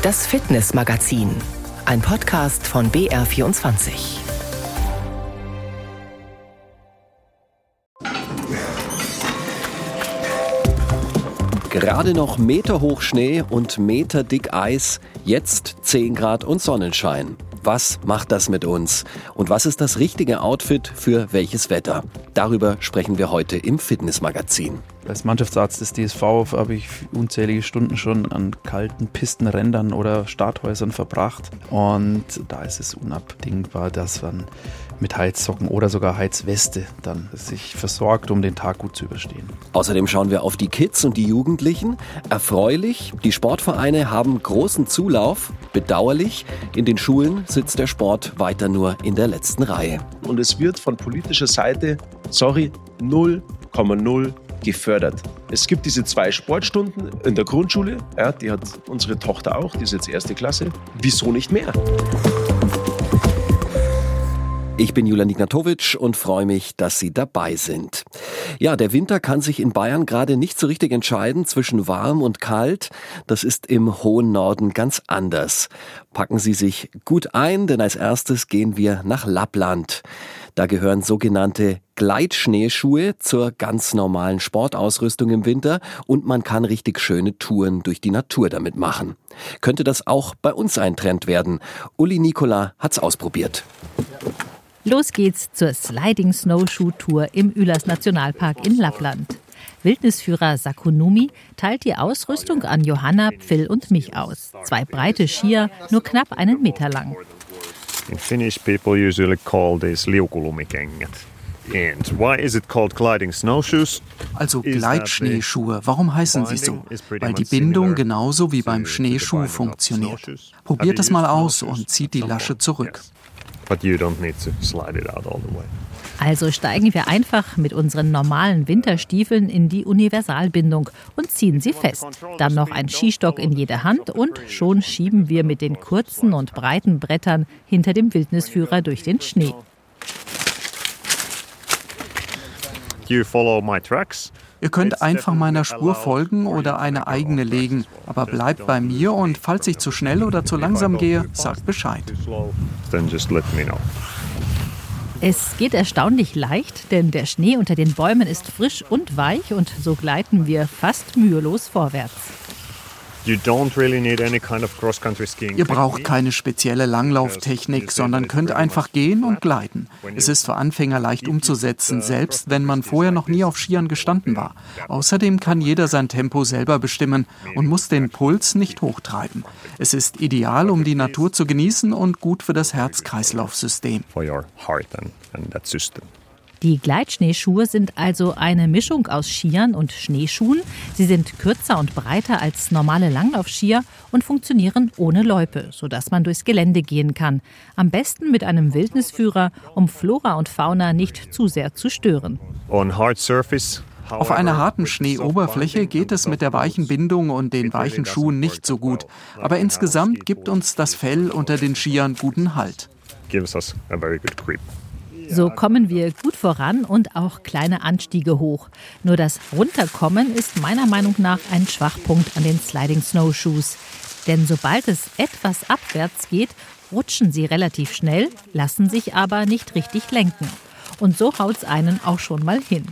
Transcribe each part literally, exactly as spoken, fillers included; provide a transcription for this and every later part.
Das Fitnessmagazin, ein Podcast von B R vierundzwanzig. Gerade noch meterhoch Schnee und meterdick Eis, jetzt zehn Grad und Sonnenschein. Was macht das mit uns? Und was ist das richtige Outfit für welches Wetter? Darüber sprechen wir heute im Fitnessmagazin. Als Mannschaftsarzt des D S V habe ich unzählige Stunden schon an kalten Pistenrändern oder Starthäusern verbracht. Und da ist es unabdingbar, dass man mit Heizsocken oder sogar Heizweste dann sich versorgt, um den Tag gut zu überstehen. Außerdem schauen wir auf die Kids und die Jugendlichen. Erfreulich, die Sportvereine haben großen Zulauf. Bedauerlich, in den Schulen sitzt der Sport weiter nur in der letzten Reihe. Und es wird von politischer Seite, sorry, null Komma null gefördert. Es gibt diese zwei Sportstunden in der Grundschule, ja, die hat unsere Tochter auch, die ist jetzt erste Klasse. Wieso nicht mehr? Ich bin Julian Ignatowitsch und freue mich, dass Sie dabei sind. Ja, der Winter kann sich in Bayern gerade nicht so richtig entscheiden zwischen warm und kalt. Das ist im hohen Norden ganz anders. Packen Sie sich gut ein, denn als erstes gehen wir nach Lappland. Da gehören sogenannte Gleitschneeschuhe zur ganz normalen Sportausrüstung im Winter und man kann richtig schöne Touren durch die Natur damit machen. Könnte das auch bei uns ein Trend werden? Uli Nikola hat's ausprobiert. Los geht's zur Sliding Snowshoe Tour im Ylläs Nationalpark in Lappland. Wildnisführer Saku Numi teilt die Ausrüstung an Johanna, Phil und mich aus. Zwei breite Skier, nur knapp einen Meter lang. In Finnish people usually call this liukulumikengät. And why is it called gliding snowshoes? Also Gleitschneeschuhe, warum heißen sie so? Weil die Bindung genauso wie beim Schneeschuh funktioniert. Probiert es mal aus und zieht die Lasche zurück. But you don't need to slide it out all the way. Also steigen wir einfach mit unseren normalen Winterstiefeln in die Universalbindung und ziehen sie fest. Dann noch ein Skistock in jede Hand und schon schieben wir mit den kurzen und breiten Brettern hinter dem Wildnisführer durch den Schnee. You follow my tracks? Ihr könnt einfach meiner Spur folgen oder eine eigene legen, aber bleibt bei mir und falls ich zu schnell oder zu langsam gehe, sagt Bescheid. Then just let me know. Es geht erstaunlich leicht, denn der Schnee unter den Bäumen ist frisch und weich und so gleiten wir fast mühelos vorwärts. You don't really need any kind of cross-country skiing. Ihr braucht keine spezielle Langlauftechnik, sondern könnt einfach gehen und gleiten. Es ist für Anfänger leicht umzusetzen, selbst wenn man vorher noch nie auf Skiern gestanden war. Außerdem kann jeder sein Tempo selber bestimmen und muss den Puls nicht hochtreiben. Es ist ideal, um die Natur zu genießen und gut für das Herz-Kreislauf-System. For your heart and, and that system. Die Gleitschneeschuhe sind also eine Mischung aus Skiern und Schneeschuhen. Sie sind kürzer und breiter als normale Langlaufskier und funktionieren ohne Loipe, sodass man durchs Gelände gehen kann. Am besten mit einem Wildnisführer, um Flora und Fauna nicht zu sehr zu stören. On hard surface. Auf einer harten Schneeoberfläche geht es mit der weichen Bindung und den weichen Schuhen nicht so gut. Aber insgesamt gibt uns das Fell unter den Skiern guten Halt. Gives us a very good grip. So kommen wir gut voran und auch kleine Anstiege hoch. Nur das Runterkommen ist meiner Meinung nach ein Schwachpunkt an den Sliding Snowshoes. Denn sobald es etwas abwärts geht, rutschen sie relativ schnell, lassen sich aber nicht richtig lenken. Und so haut's einen auch schon mal hin.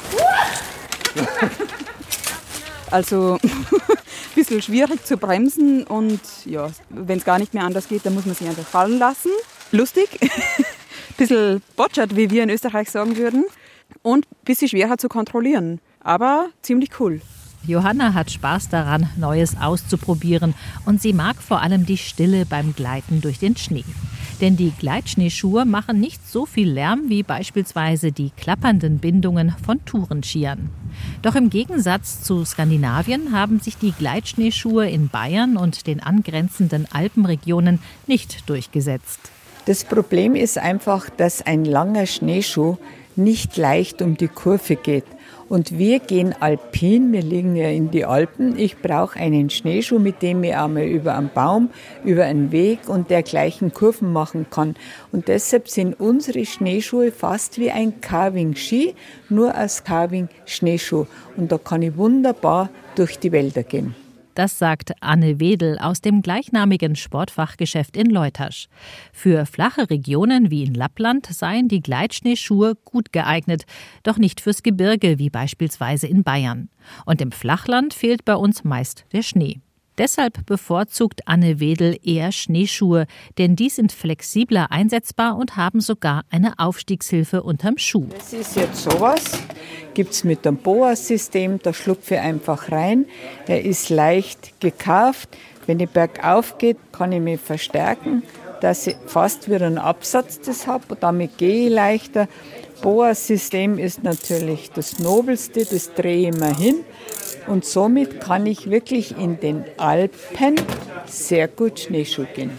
Also ein bisschen schwierig zu bremsen und ja, wenn es gar nicht mehr anders geht, dann muss man sich einfach fallen lassen. Lustig. Bisschen botschert, wie wir in Österreich sagen würden, und ein bisschen schwerer zu kontrollieren, aber ziemlich cool. Johanna hat Spaß daran, Neues auszuprobieren und sie mag vor allem die Stille beim Gleiten durch den Schnee. Denn die Gleitschneeschuhe machen nicht so viel Lärm wie beispielsweise die klappernden Bindungen von Tourenskiern. Doch im Gegensatz zu Skandinavien haben sich die Gleitschneeschuhe in Bayern und den angrenzenden Alpenregionen nicht durchgesetzt. Das Problem ist einfach, dass ein langer Schneeschuh nicht leicht um die Kurve geht. Und wir gehen alpin, wir liegen ja in die Alpen. Ich brauche einen Schneeschuh, mit dem ich einmal über einen Baum, über einen Weg und dergleichen Kurven machen kann. Und deshalb sind unsere Schneeschuhe fast wie ein Carving-Ski, nur als Carving-Schneeschuh. Und da kann ich wunderbar durch die Wälder gehen. Das sagt Anne Wedel aus dem gleichnamigen Sportfachgeschäft in Leutasch. Für flache Regionen wie in Lappland seien die Gleitschneeschuhe gut geeignet, doch nicht fürs Gebirge wie beispielsweise in Bayern. Und im Flachland fehlt bei uns meist der Schnee. Deshalb bevorzugt Anne Wedel eher Schneeschuhe, denn die sind flexibler einsetzbar und haben sogar eine Aufstiegshilfe unterm Schuh. Das ist jetzt sowas, gibt es mit dem B O A-System, da schlupfe ich einfach rein. Er ist leicht gekauft. Wenn ich bergauf geht, kann ich mich verstärken, dass ich fast wieder einen Absatz das habe. Damit gehe ich leichter. B O A-System ist natürlich das Nobelste, das drehe ich immer hin. Und somit kann ich wirklich in den Alpen sehr gut Schneeschuh gehen.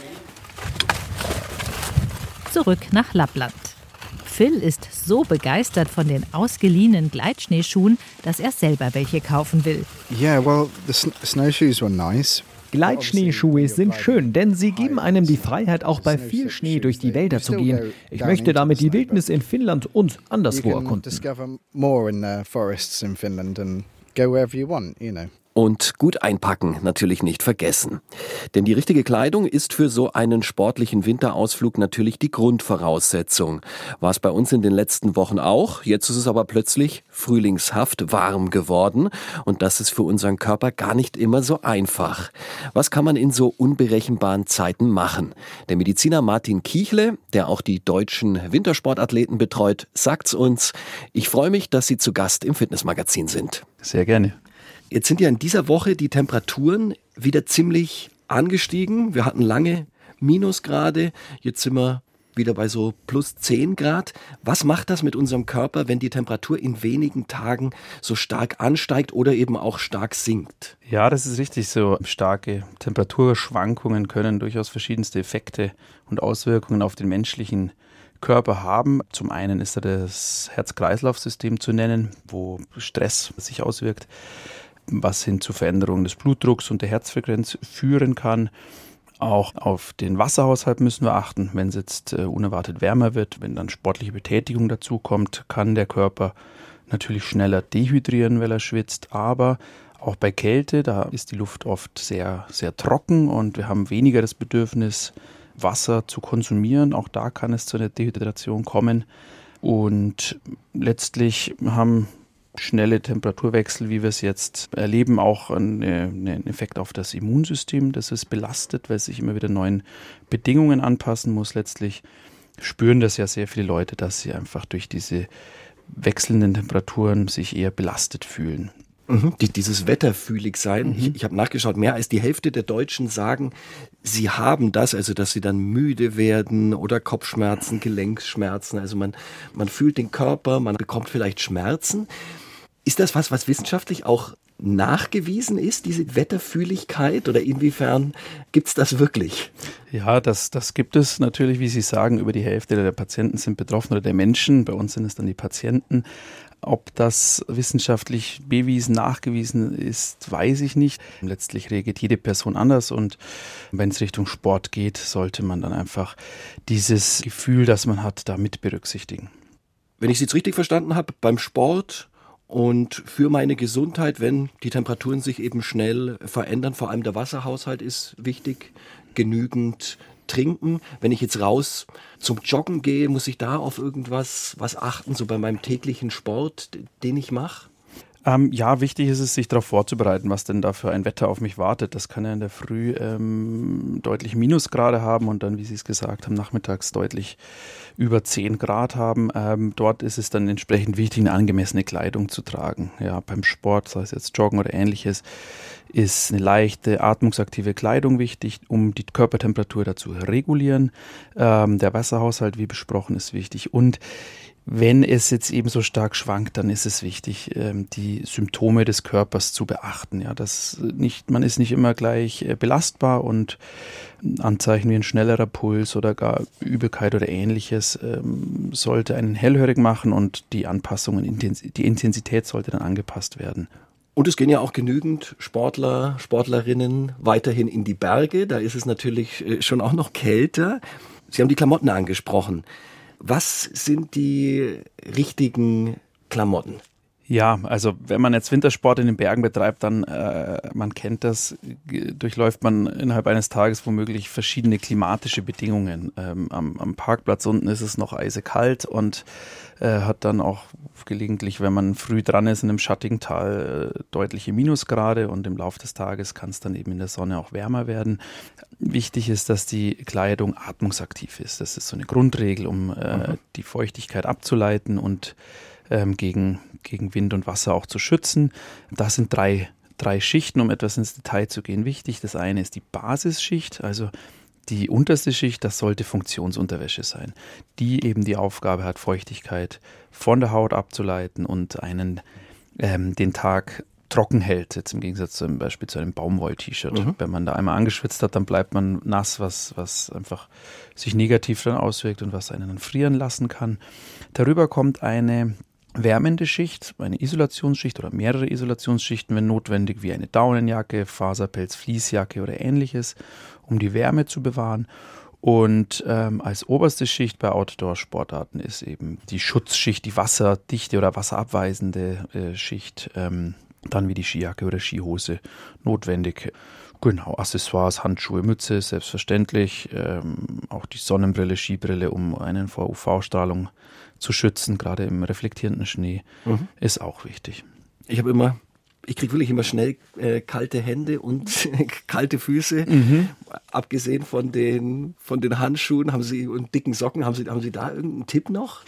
Zurück nach Lappland. Phil ist so begeistert von den ausgeliehenen Gleitschneeschuhen, dass er selber welche kaufen will. Yeah, well, the snowshoes were nice. Gleitschneeschuhe sind schön, denn sie geben einem die Freiheit, auch bei viel Schnee durch die Wälder zu gehen. Ich möchte damit die Wildnis in Finnland und anderswo erkunden. Und gut einpacken natürlich nicht vergessen. Denn die richtige Kleidung ist für so einen sportlichen Winterausflug natürlich die Grundvoraussetzung. War es bei uns in den letzten Wochen auch. Jetzt ist es aber plötzlich frühlingshaft warm geworden. Und das ist für unseren Körper gar nicht immer so einfach. Was kann man in so unberechenbaren Zeiten machen? Der Mediziner Martin Kiechle, der auch die deutschen Wintersportathleten betreut, sagt's uns. Ich freue mich, dass Sie zu Gast im Fitnessmagazin sind. Sehr gerne. Jetzt sind ja in dieser Woche die Temperaturen wieder ziemlich angestiegen. Wir hatten lange Minusgrade, jetzt sind wir wieder bei so plus zehn Grad. Was macht das mit unserem Körper, wenn die Temperatur in wenigen Tagen so stark ansteigt oder eben auch stark sinkt? Ja, das ist richtig so. Starke Temperaturschwankungen können durchaus verschiedenste Effekte und Auswirkungen auf den menschlichen Körper haben. Zum einen ist da das Herz-Kreislauf-System zu nennen, wo Stress sich auswirkt, was hin zu Veränderungen des Blutdrucks und der Herzfrequenz führen kann. Auch auf den Wasserhaushalt müssen wir achten. Wenn es jetzt äh, unerwartet wärmer wird, wenn dann sportliche Betätigung dazu kommt, kann der Körper natürlich schneller dehydrieren, weil er schwitzt. Aber auch bei Kälte, da ist die Luft oft sehr, sehr trocken und wir haben weniger das Bedürfnis, Wasser zu konsumieren. Auch da kann es zu einer Dehydration kommen. Und letztlich haben schnelle Temperaturwechsel, wie wir es jetzt erleben, auch einen Effekt auf das Immunsystem. Das ist belastet, weil es sich immer wieder neuen Bedingungen anpassen muss. Letztlich spüren das ja sehr viele Leute, dass sie einfach durch diese wechselnden Temperaturen sich eher belastet fühlen. Mhm. Die, dieses Wetterfühlig-Sein, mhm. ich, ich habe nachgeschaut, mehr als die Hälfte der Deutschen sagen, sie haben das, also dass sie dann müde werden oder Kopfschmerzen, Gelenkschmerzen, also man, man fühlt den Körper, man bekommt vielleicht Schmerzen. Ist das was, was wissenschaftlich auch nachgewiesen ist, diese Wetterfühligkeit, oder inwiefern gibt es das wirklich? Ja, das, das gibt es natürlich, wie Sie sagen, über die Hälfte der Patienten sind betroffen oder der Menschen, bei uns sind es dann die Patienten. Ob das wissenschaftlich bewiesen, nachgewiesen ist, weiß ich nicht. Letztlich reagiert jede Person anders und wenn es Richtung Sport geht, sollte man dann einfach dieses Gefühl, das man hat, da mit berücksichtigen. Wenn ich Sie jetzt richtig verstanden habe, beim Sport und für meine Gesundheit, wenn die Temperaturen sich eben schnell verändern, vor allem der Wasserhaushalt ist wichtig, genügend trinken. Wenn ich jetzt raus zum Joggen gehe, muss ich da auf irgendwas was achten, so bei meinem täglichen Sport, den ich mache? Ähm, ja, wichtig ist es, sich darauf vorzubereiten, was denn da für ein Wetter auf mich wartet. Das kann ja in der Früh ähm, deutlich Minusgrade haben und dann, wie Sie es gesagt haben, nachmittags deutlich über zehn Grad haben. Ähm, dort ist es dann entsprechend wichtig, eine angemessene Kleidung zu tragen. Ja, beim Sport, sei es jetzt Joggen oder ähnliches, ist eine leichte, atmungsaktive Kleidung wichtig, um die Körpertemperatur dazu regulieren. Ähm, der Wasserhaushalt, wie besprochen, ist wichtig. Und wenn es jetzt eben so stark schwankt, dann ist es wichtig, die Symptome des Körpers zu beachten. Ja, das nicht, man ist nicht immer gleich belastbar und Anzeichen wie ein schnellerer Puls oder gar Übelkeit oder ähnliches ähm, sollte einen hellhörig machen und die Anpassungen, die Intensität sollte dann angepasst werden. Und es gehen ja auch genügend Sportler, Sportlerinnen weiterhin in die Berge. Da ist es natürlich schon auch noch kälter. Sie haben die Klamotten angesprochen. Was sind die richtigen Klamotten? Ja, also wenn man jetzt Wintersport in den Bergen betreibt, dann, äh, man kennt das, durchläuft man innerhalb eines Tages womöglich verschiedene klimatische Bedingungen. Ähm, am, am Parkplatz unten ist es noch eisekalt und äh, hat dann auch gelegentlich, wenn man früh dran ist, in einem schattigen Tal äh, deutliche Minusgrade und im Laufe des Tages kann es dann eben in der Sonne auch wärmer werden. Wichtig ist, dass die Kleidung atmungsaktiv ist. Das ist so eine Grundregel, um äh, mhm. die Feuchtigkeit abzuleiten und ähm, gegen, gegen Wind und Wasser auch zu schützen. Das sind drei, drei Schichten, um etwas ins Detail zu gehen, wichtig. Das eine ist die Basisschicht, also die unterste Schicht, das sollte Funktionsunterwäsche sein, die eben die Aufgabe hat, Feuchtigkeit von der Haut abzuleiten und einen ähm, den Tag trocken hält, jetzt im Gegensatz zum Beispiel zu einem Baumwoll-T-Shirt. Mhm. Wenn man da einmal angeschwitzt hat, dann bleibt man nass, was, was einfach sich negativ dann auswirkt und was einen dann frieren lassen kann. Darüber kommt eine wärmende Schicht, eine Isolationsschicht oder mehrere Isolationsschichten, wenn notwendig, wie eine Daunenjacke, Faserpelz, Fließjacke oder ähnliches, um die Wärme zu bewahren. Und ähm, als oberste Schicht bei Outdoor-Sportarten ist eben die Schutzschicht, die wasserdichte oder wasserabweisende äh, Schicht, ähm, dann wie die Skijacke oder Skihose notwendig. Genau, Accessoires, Handschuhe, Mütze, selbstverständlich. Ähm, auch die Sonnenbrille, Skibrille, um einen vor U V-Strahlung zu schützen, gerade im reflektierenden Schnee, mhm. ist auch wichtig. Ich habe immer, ich kriege wirklich immer schnell äh, kalte Hände und kalte Füße. Mhm. Abgesehen von den, von den Handschuhen haben Sie, und dicken Socken, haben Sie, haben Sie da irgendeinen Tipp noch?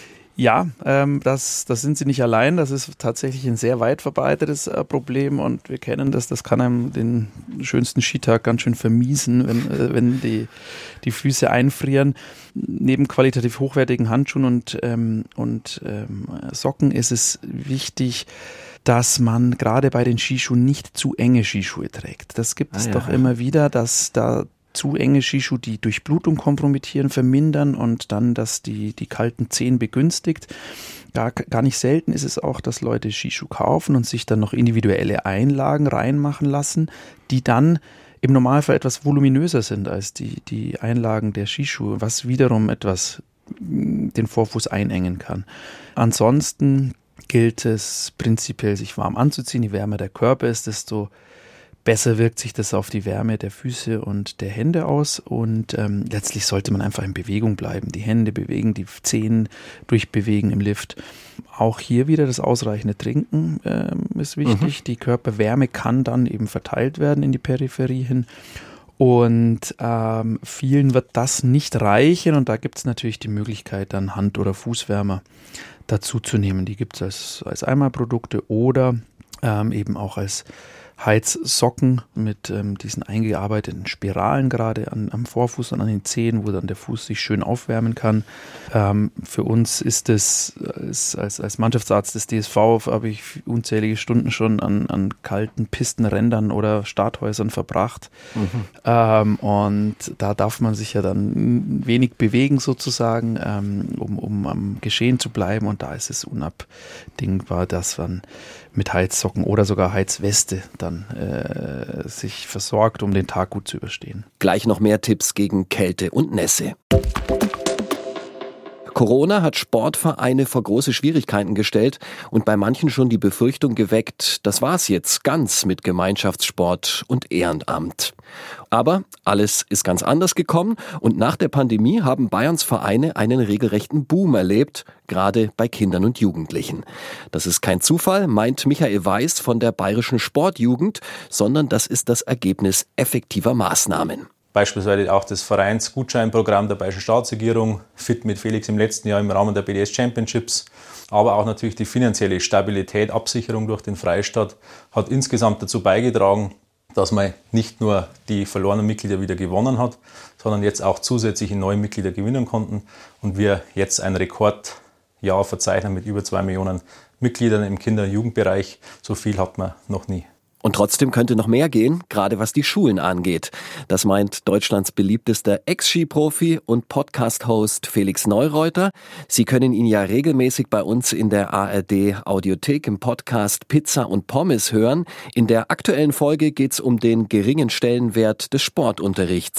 Ja, ähm, das, das sind Sie nicht allein. Das ist tatsächlich ein sehr weit verbreitetes äh, Problem und wir kennen das. Das kann einem den schönsten Skitag ganz schön vermiesen, wenn, äh, wenn die, die Füße einfrieren. Neben qualitativ hochwertigen Handschuhen und, ähm, und ähm, Socken ist es wichtig, dass man gerade bei den Skischuhen nicht zu enge Skischuhe trägt. Das gibt es ah, ja. doch immer wieder, dass da zu enge Skischuhe die Durchblutung kompromittieren, vermindern und dann, dass die, die kalten Zehen begünstigt. Gar, gar nicht selten ist es auch, dass Leute Skischuhe kaufen und sich dann noch individuelle Einlagen reinmachen lassen, die dann im Normalfall etwas voluminöser sind als die, die Einlagen der Skischuhe, was wiederum etwas den Vorfuß einengen kann. Ansonsten gilt es prinzipiell, sich warm anzuziehen. Je wärmer der Körper ist, desto besser wirkt sich das auf die Wärme der Füße und der Hände aus und ähm, letztlich sollte man einfach in Bewegung bleiben. Die Hände bewegen, die Zehen durchbewegen im Lift. Auch hier wieder das ausreichende Trinken ähm, ist wichtig. Mhm. Die Körperwärme kann dann eben verteilt werden in die Peripherie hin und ähm, vielen wird das nicht reichen und da gibt es natürlich die Möglichkeit, dann Hand- oder Fußwärmer dazu zu nehmen. Die gibt es als, als Einmalprodukte oder ähm, eben auch als Heizsocken mit ähm, diesen eingearbeiteten Spiralen gerade an, am Vorfuß und an den Zehen, wo dann der Fuß sich schön aufwärmen kann. Ähm, für uns ist es als, als, als Mannschaftsarzt des D S V habe ich unzählige Stunden schon an, an kalten Pistenrändern oder Starthäusern verbracht. Mhm. Ähm, und da darf man sich ja dann wenig bewegen sozusagen, ähm, um, um am Geschehen zu bleiben. Und da ist es unabdingbar, dass man mit Heizsocken oder sogar Heizweste dann äh, sich versorgt, um den Tag gut zu überstehen. Gleich noch mehr Tipps gegen Kälte und Nässe. Corona hat Sportvereine vor große Schwierigkeiten gestellt und bei manchen schon die Befürchtung geweckt, das war's jetzt ganz mit Gemeinschaftssport und Ehrenamt. Aber alles ist ganz anders gekommen und nach der Pandemie haben Bayerns Vereine einen regelrechten Boom erlebt, gerade bei Kindern und Jugendlichen. Das ist kein Zufall, meint Michael Weiß von der Bayerischen Sportjugend, sondern das ist das Ergebnis effektiver Maßnahmen. Beispielsweise auch das Vereinsgutscheinprogramm der Bayerischen Staatsregierung, Fit mit Felix im letzten Jahr im Rahmen der B D S Championships, aber auch natürlich die finanzielle Stabilität, Absicherung durch den Freistaat hat insgesamt dazu beigetragen, dass man nicht nur die verlorenen Mitglieder wieder gewonnen hat, sondern jetzt auch zusätzliche neue Mitglieder gewinnen konnten und wir jetzt ein Rekordjahr verzeichnen mit über zwei Millionen Mitgliedern im Kinder- und Jugendbereich. So viel hat man noch nie. Und trotzdem könnte noch mehr gehen, gerade was die Schulen angeht. Das meint Deutschlands beliebtester Ex-Ski-Profi und Podcast-Host Felix Neureuter. Sie können ihn ja regelmäßig bei uns in der A R D-Audiothek im Podcast Pizza und Pommes hören. In der aktuellen Folge geht's um den geringen Stellenwert des Sportunterrichts.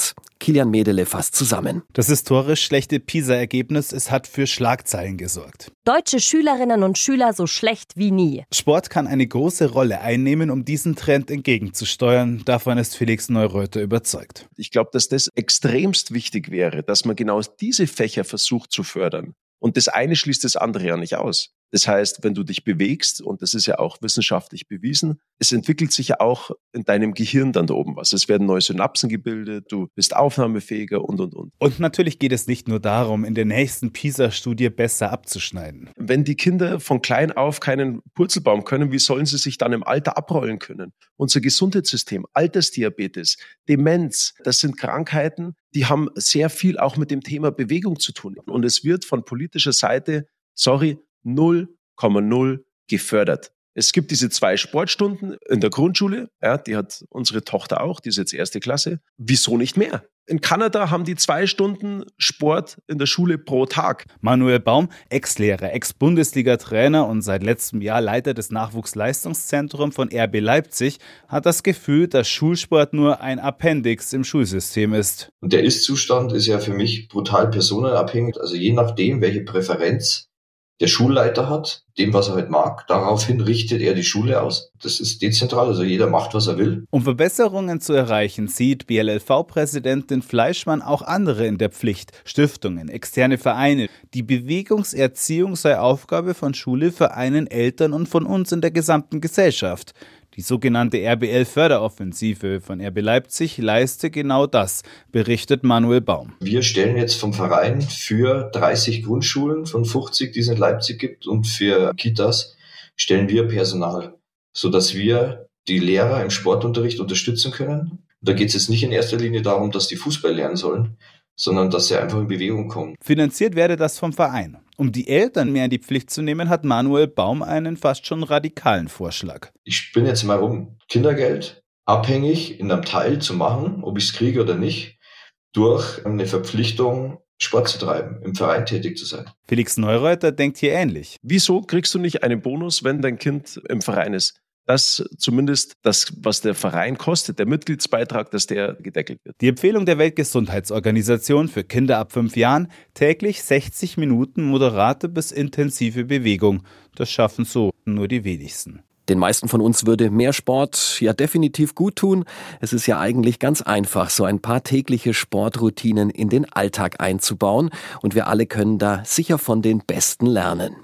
Kilian Medele fasst zusammen. Das historisch schlechte PISA-Ergebnis, es hat für Schlagzeilen gesorgt. Deutsche Schülerinnen und Schüler so schlecht wie nie. Sport kann eine große Rolle einnehmen, um diesen Trend entgegenzusteuern. Davon ist Felix Neureuter überzeugt. Ich glaube, dass das extremst wichtig wäre, dass man genau diese Fächer versucht zu fördern. Und das eine schließt das andere ja nicht aus. Das heißt, wenn du dich bewegst, und das ist ja auch wissenschaftlich bewiesen, es entwickelt sich ja auch in deinem Gehirn dann da oben was. Es werden neue Synapsen gebildet, du bist aufnahmefähiger und, und, und. Und natürlich geht es nicht nur darum, in der nächsten PISA-Studie besser abzuschneiden. Wenn die Kinder von klein auf keinen Purzelbaum können, wie sollen sie sich dann im Alter abrollen können? Unser Gesundheitssystem, Altersdiabetes, Demenz, das sind Krankheiten, die haben sehr viel auch mit dem Thema Bewegung zu tun. Und es wird von politischer Seite, sorry, null Komma null gefördert. Es gibt diese zwei Sportstunden in der Grundschule, ja, die hat unsere Tochter auch, die ist jetzt erste Klasse. Wieso nicht mehr? In Kanada haben die zwei Stunden Sport in der Schule pro Tag. Manuel Baum, Ex-Lehrer, Ex-Bundesliga-Trainer und seit letztem Jahr Leiter des Nachwuchsleistungszentrums von R B Leipzig, hat das Gefühl, dass Schulsport nur ein Appendix im Schulsystem ist. Und der Ist-Zustand ist ja für mich brutal personenabhängig. Also je nachdem, welche Präferenz der Schulleiter hat, dem, was er halt mag, daraufhin richtet er die Schule aus. Das ist dezentral, also jeder macht, was er will. Um Verbesserungen zu erreichen, sieht B L L V-Präsidentin Fleischmann auch andere in der Pflicht. Stiftungen, externe Vereine. Die Bewegungserziehung sei Aufgabe von Schule, Vereinen, Eltern und von uns in der gesamten Gesellschaft. Die sogenannte R B L-Förderoffensive von R B Leipzig leiste genau das, berichtet Manuel Baum. Wir stellen jetzt vom Verein für dreißig Grundschulen von fünfzig, die es in Leipzig gibt, und für Kitas stellen wir Personal, sodass wir die Lehrer im Sportunterricht unterstützen können. Da geht es jetzt nicht in erster Linie darum, dass die Fußball lernen sollen, sondern dass sie einfach in Bewegung kommen. Finanziert werde das vom Verein. Um die Eltern mehr in die Pflicht zu nehmen, hat Manuel Baum einen fast schon radikalen Vorschlag. Ich spinne jetzt mal rum. Kindergeld abhängig in einem Teil zu machen, ob ich es kriege oder nicht, durch eine Verpflichtung, Sport zu treiben, im Verein tätig zu sein. Felix Neureuter denkt hier ähnlich. Wieso kriegst du nicht einen Bonus, wenn dein Kind im Verein ist? Dass zumindest das, was der Verein kostet, der Mitgliedsbeitrag, dass der gedeckelt wird. Die Empfehlung der Weltgesundheitsorganisation für Kinder ab fünf Jahren, täglich sechzig Minuten moderate bis intensive Bewegung. Das schaffen so nur die wenigsten. Den meisten von uns würde mehr Sport ja definitiv gut tun. Es ist ja eigentlich ganz einfach, so ein paar tägliche Sportroutinen in den Alltag einzubauen. Und wir alle können da sicher von den Besten lernen.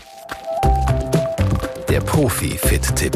Der Profi-Fit-Tipp.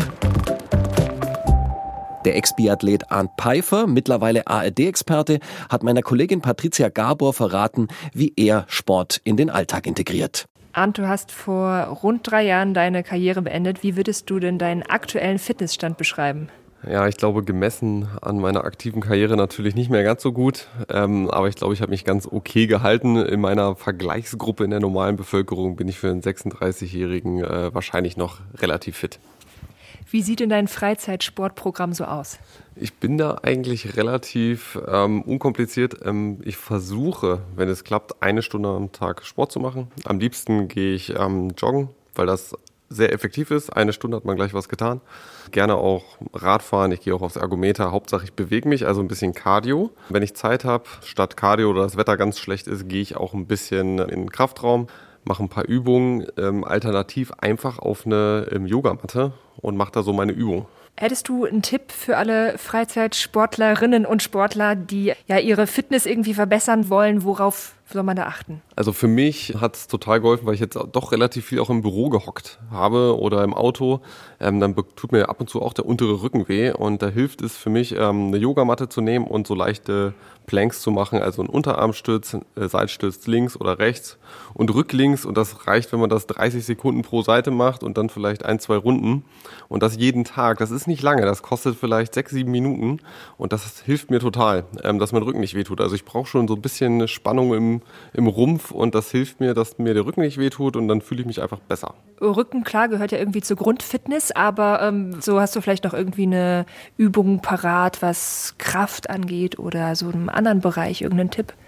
Der Ex-Biathlet Arndt Pfeiffer, mittlerweile A R D-Experte, hat meiner Kollegin Patricia Gabor verraten, wie er Sport in den Alltag integriert. Arndt, du hast vor rund drei Jahren deine Karriere beendet. Wie würdest du denn deinen aktuellen Fitnessstand beschreiben? Ja, ich glaube, gemessen an meiner aktiven Karriere natürlich nicht mehr ganz so gut. Ähm, aber ich glaube, ich habe mich ganz okay gehalten. In meiner Vergleichsgruppe in der normalen Bevölkerung bin ich für einen sechsunddreißigjährigen äh, wahrscheinlich noch relativ fit. Wie sieht denn dein Freizeitsportprogramm so aus? Ich bin da eigentlich relativ ähm, unkompliziert. Ähm, ich versuche, wenn es klappt, eine Stunde am Tag Sport zu machen. Am liebsten gehe ich ähm, joggen, weil das sehr effektiv ist. Eine Stunde hat man gleich was getan. Gerne auch Radfahren. Ich gehe auch aufs Ergometer. Hauptsache ich bewege mich, also ein bisschen Cardio. Wenn ich Zeit habe, statt Cardio oder das Wetter ganz schlecht ist, gehe ich auch ein bisschen in den Kraftraum, mache ein paar Übungen, ähm, alternativ einfach auf eine ähm, Yogamatte und mache da so meine Übung. Hättest du einen Tipp für alle Freizeitsportlerinnen und Sportler, die ja ihre Fitness irgendwie verbessern wollen? Worauf soll man da achten? Also für mich hat es total geholfen, weil ich jetzt doch relativ viel auch im Büro gehockt habe oder im Auto. Ähm, dann tut mir ab und zu auch der untere Rücken weh. Und da hilft es für mich, ähm, eine Yogamatte zu nehmen und so leichte Planks zu machen. Also einen Unterarmstütz, äh, Seitstütz links oder rechts und rücklinks. Und das reicht, wenn man das dreißig Sekunden pro Seite macht und dann vielleicht ein, zwei Runden. Und das jeden Tag. Das ist nicht lange. Das kostet vielleicht sechs, sieben Minuten. Und das hilft mir total, ähm, dass mein Rücken nicht wehtut. Also ich brauche schon so ein bisschen Spannung im, im Rumpf. Und das hilft mir, dass mir der Rücken nicht wehtut. Und dann fühle ich mich einfach besser. Rücken, klar, gehört ja irgendwie zur Grundfitness. Aber ähm, so hast du vielleicht noch irgendwie eine Übung parat, was Kraft angeht oder so einem anderen Bereich, irgendeinen Tipp?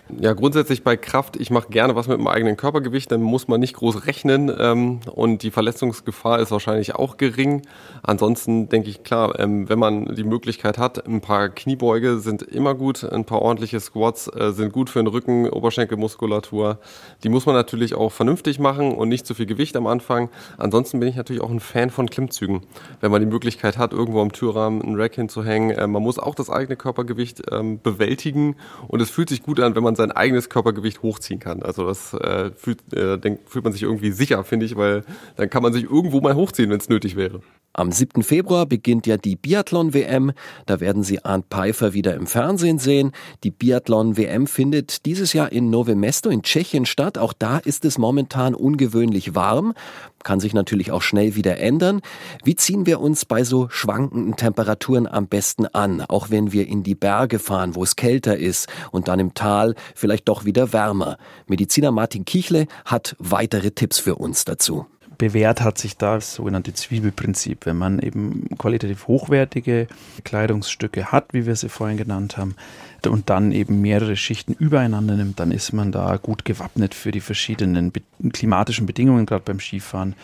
Ja, grundsätzlich bei Kraft, ich mache gerne was mit dem eigenen Körpergewicht, dann muss man nicht groß rechnen ähm, und die Verletzungsgefahr ist wahrscheinlich auch gering. Ansonsten denke ich, klar, ähm, wenn man die Möglichkeit hat, ein paar Kniebeuge sind immer gut, ein paar ordentliche Squats äh, sind gut für den Rücken, Oberschenkelmuskulatur. Die muss man natürlich auch vernünftig machen und nicht zu viel Gewicht am Anfang. Ansonsten bin ich natürlich auch ein Fan von Klimmzügen. Wenn man die Möglichkeit hat, irgendwo am Türrahmen einen Rack hinzuhängen, äh, man muss auch das eigene Körpergewicht ähm, bewältigen und es fühlt sich gut an, wenn man sein eigenes Körpergewicht hochziehen kann. Also das äh, fühlt, äh, denk, fühlt man sich irgendwie sicher, finde ich, weil dann kann man sich irgendwo mal hochziehen, wenn es nötig wäre. Am siebten Februar beginnt ja die Biathlon-W M. Da werden Sie Arndt Pfeiffer wieder im Fernsehen sehen. Die Biathlon-W M findet dieses Jahr in Nové Mesto in Tschechien statt. Auch da ist es momentan ungewöhnlich warm. Kann sich natürlich auch schnell wieder ändern. Wie ziehen wir uns bei so schwankenden Temperaturen am besten an? Auch wenn wir in die Berge fahren, wo es kälter ist und dann im Tal vielleicht doch wieder wärmer. Mediziner Martin Kichle hat weitere Tipps für uns dazu. Bewährt hat sich da das sogenannte Zwiebelprinzip. Wenn man eben qualitativ hochwertige Kleidungsstücke hat, wie wir sie vorhin genannt haben, und dann eben mehrere Schichten übereinander nimmt, dann ist man da gut gewappnet für die verschiedenen be- klimatischen Bedingungen, gerade beim Skifahren.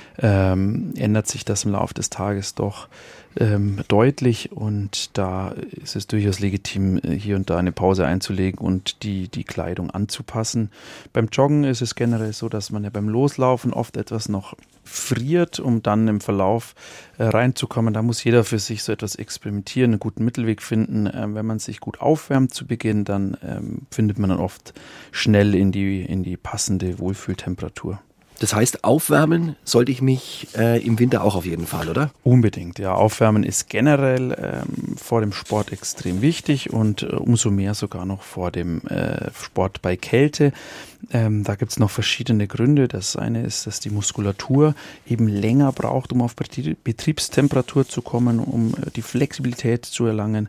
Ähm, ändert sich das im Laufe des Tages doch ähm, deutlich und da ist es durchaus legitim, hier und da eine Pause einzulegen und die, die Kleidung anzupassen. Beim Joggen ist es generell so, dass man ja beim Loslaufen oft etwas noch friert, um dann im Verlauf äh, reinzukommen. Da muss jeder für sich so etwas experimentieren, einen guten Mittelweg finden. Ähm, wenn man sich gut aufwärmt zu Beginn, dann ähm, findet man dann oft schnell in die, in die passende Wohlfühltemperatur. Das heißt, aufwärmen sollte ich mich äh, im Winter auch auf jeden Fall, oder? Unbedingt, ja. Aufwärmen ist generell ähm, vor dem Sport extrem wichtig und äh, umso mehr sogar noch vor dem äh, Sport bei Kälte. Ähm, da gibt es noch verschiedene Gründe. Das eine ist, dass die Muskulatur eben länger braucht, um auf Betriebstemperatur zu kommen, um äh, die Flexibilität zu erlangen.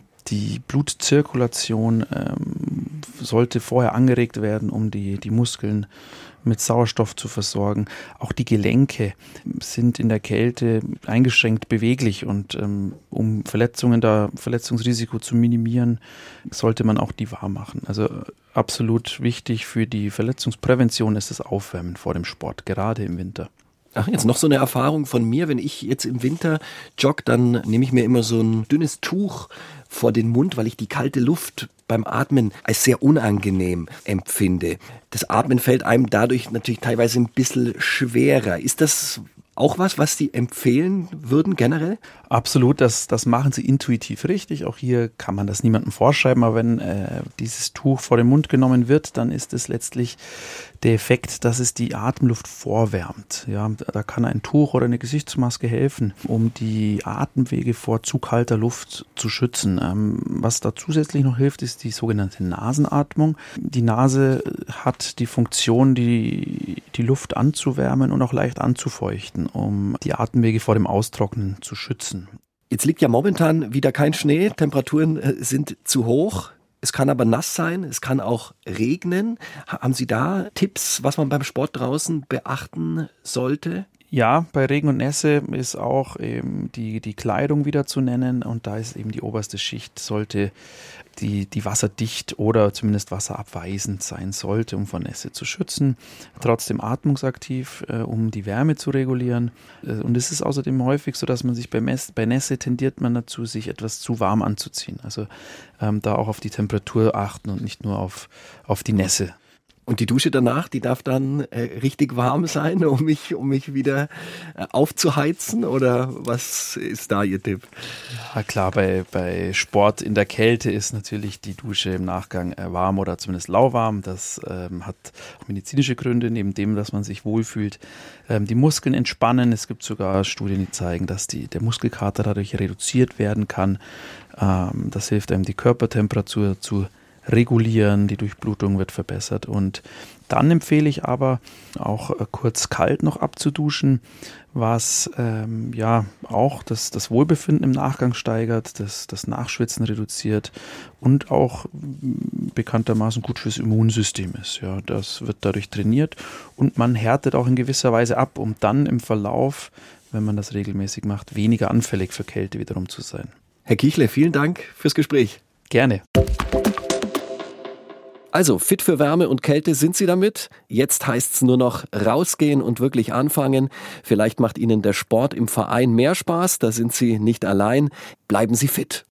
Die Blutzirkulation ähm, sollte vorher angeregt werden, um die, die Muskeln mit Sauerstoff zu versorgen. Auch die Gelenke sind in der Kälte eingeschränkt beweglich und ähm, um Verletzungen, da Verletzungsrisiko zu minimieren, sollte man auch die warm machen. Also absolut wichtig für die Verletzungsprävention ist das Aufwärmen vor dem Sport, gerade im Winter. Ach, jetzt noch so eine Erfahrung von mir, wenn ich jetzt im Winter jogge, dann nehme ich mir immer so ein dünnes Tuch vor den Mund, weil ich die kalte Luft beim Atmen als sehr unangenehm empfinde. Das Atmen fällt einem dadurch natürlich teilweise ein bisschen schwerer. Ist das auch was, was Sie empfehlen würden generell? Absolut, das, das machen Sie intuitiv richtig. Auch hier kann man das niemandem vorschreiben, aber wenn äh, dieses Tuch vor den Mund genommen wird, dann ist es letztlich der Effekt, dass es die Atemluft vorwärmt. Ja, da kann ein Tuch oder eine Gesichtsmaske helfen, um die Atemwege vor zu kalter Luft zu schützen. Ähm, was da zusätzlich noch hilft, ist die sogenannte Nasenatmung. Die Nase hat die Funktion, die, die Luft anzuwärmen und auch leicht anzufeuchten, um die Atemwege vor dem Austrocknen zu schützen. Jetzt liegt ja momentan wieder kein Schnee, Temperaturen sind zu hoch. Es kann aber nass sein, es kann auch regnen. Haben Sie da Tipps, was man beim Sport draußen beachten sollte? Ja, bei Regen und Nässe ist auch eben die, die Kleidung wieder zu nennen und da ist eben die oberste Schicht, sollte die, die wasserdicht oder zumindest wasserabweisend sein sollte, um vor Nässe zu schützen. Trotzdem atmungsaktiv, äh, um die Wärme zu regulieren. Und es ist außerdem häufig so, dass man sich bei, Mess, bei Nässe tendiert man dazu, sich etwas zu warm anzuziehen. Also ähm, da auch auf die Temperatur achten und nicht nur auf, auf die Nässe. Und die Dusche danach, die darf dann äh, richtig warm sein, um mich, um mich wieder äh, aufzuheizen? Oder was ist da Ihr Tipp? Ja klar, bei, bei Sport in der Kälte ist natürlich die Dusche im Nachgang äh, warm oder zumindest lauwarm. Das ähm, hat medizinische Gründe, neben dem, dass man sich wohlfühlt. Ähm, die Muskeln entspannen. Es gibt sogar Studien, die zeigen, dass die, der Muskelkater dadurch reduziert werden kann. Ähm, das hilft einem, die Körpertemperatur zu regulieren, die Durchblutung wird verbessert und dann empfehle ich aber auch äh, kurz kalt noch abzuduschen, was ähm, ja auch das, das Wohlbefinden im Nachgang steigert, das, das Nachschwitzen reduziert und auch m, bekanntermaßen gut fürs Immunsystem ist. Ja, das wird dadurch trainiert und man härtet auch in gewisser Weise ab, um dann im Verlauf, wenn man das regelmäßig macht, weniger anfällig für Kälte wiederum zu sein. Herr Kichle, vielen Dank fürs Gespräch. Gerne. Also fit für Wärme und Kälte sind Sie damit. Jetzt heißt's nur noch rausgehen und wirklich anfangen. Vielleicht macht Ihnen der Sport im Verein mehr Spaß, da sind Sie nicht allein. Bleiben Sie fit.